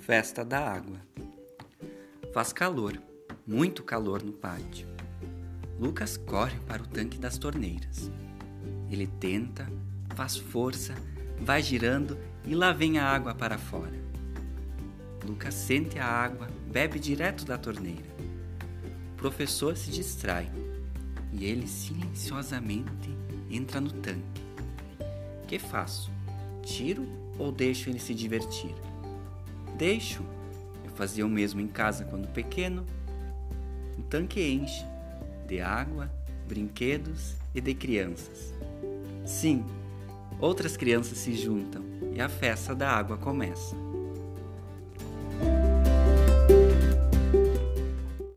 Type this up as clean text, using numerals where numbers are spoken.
Festa da água. Faz calor, muito calor no pátio. Lucas corre para o tanque das torneiras. Ele tenta, faz força, vai girando e lá vem a água para fora. Lucas sente a água, bebe direto da torneira. O professor se distrai e ele silenciosamente entra no tanque. Que faço? Tiro ou deixo ele se divertir? Deixo. Eu fazia o mesmo em casa quando pequeno. O tanque enche de água, brinquedos e de crianças. Sim, outras crianças se juntam e a festa da água começa.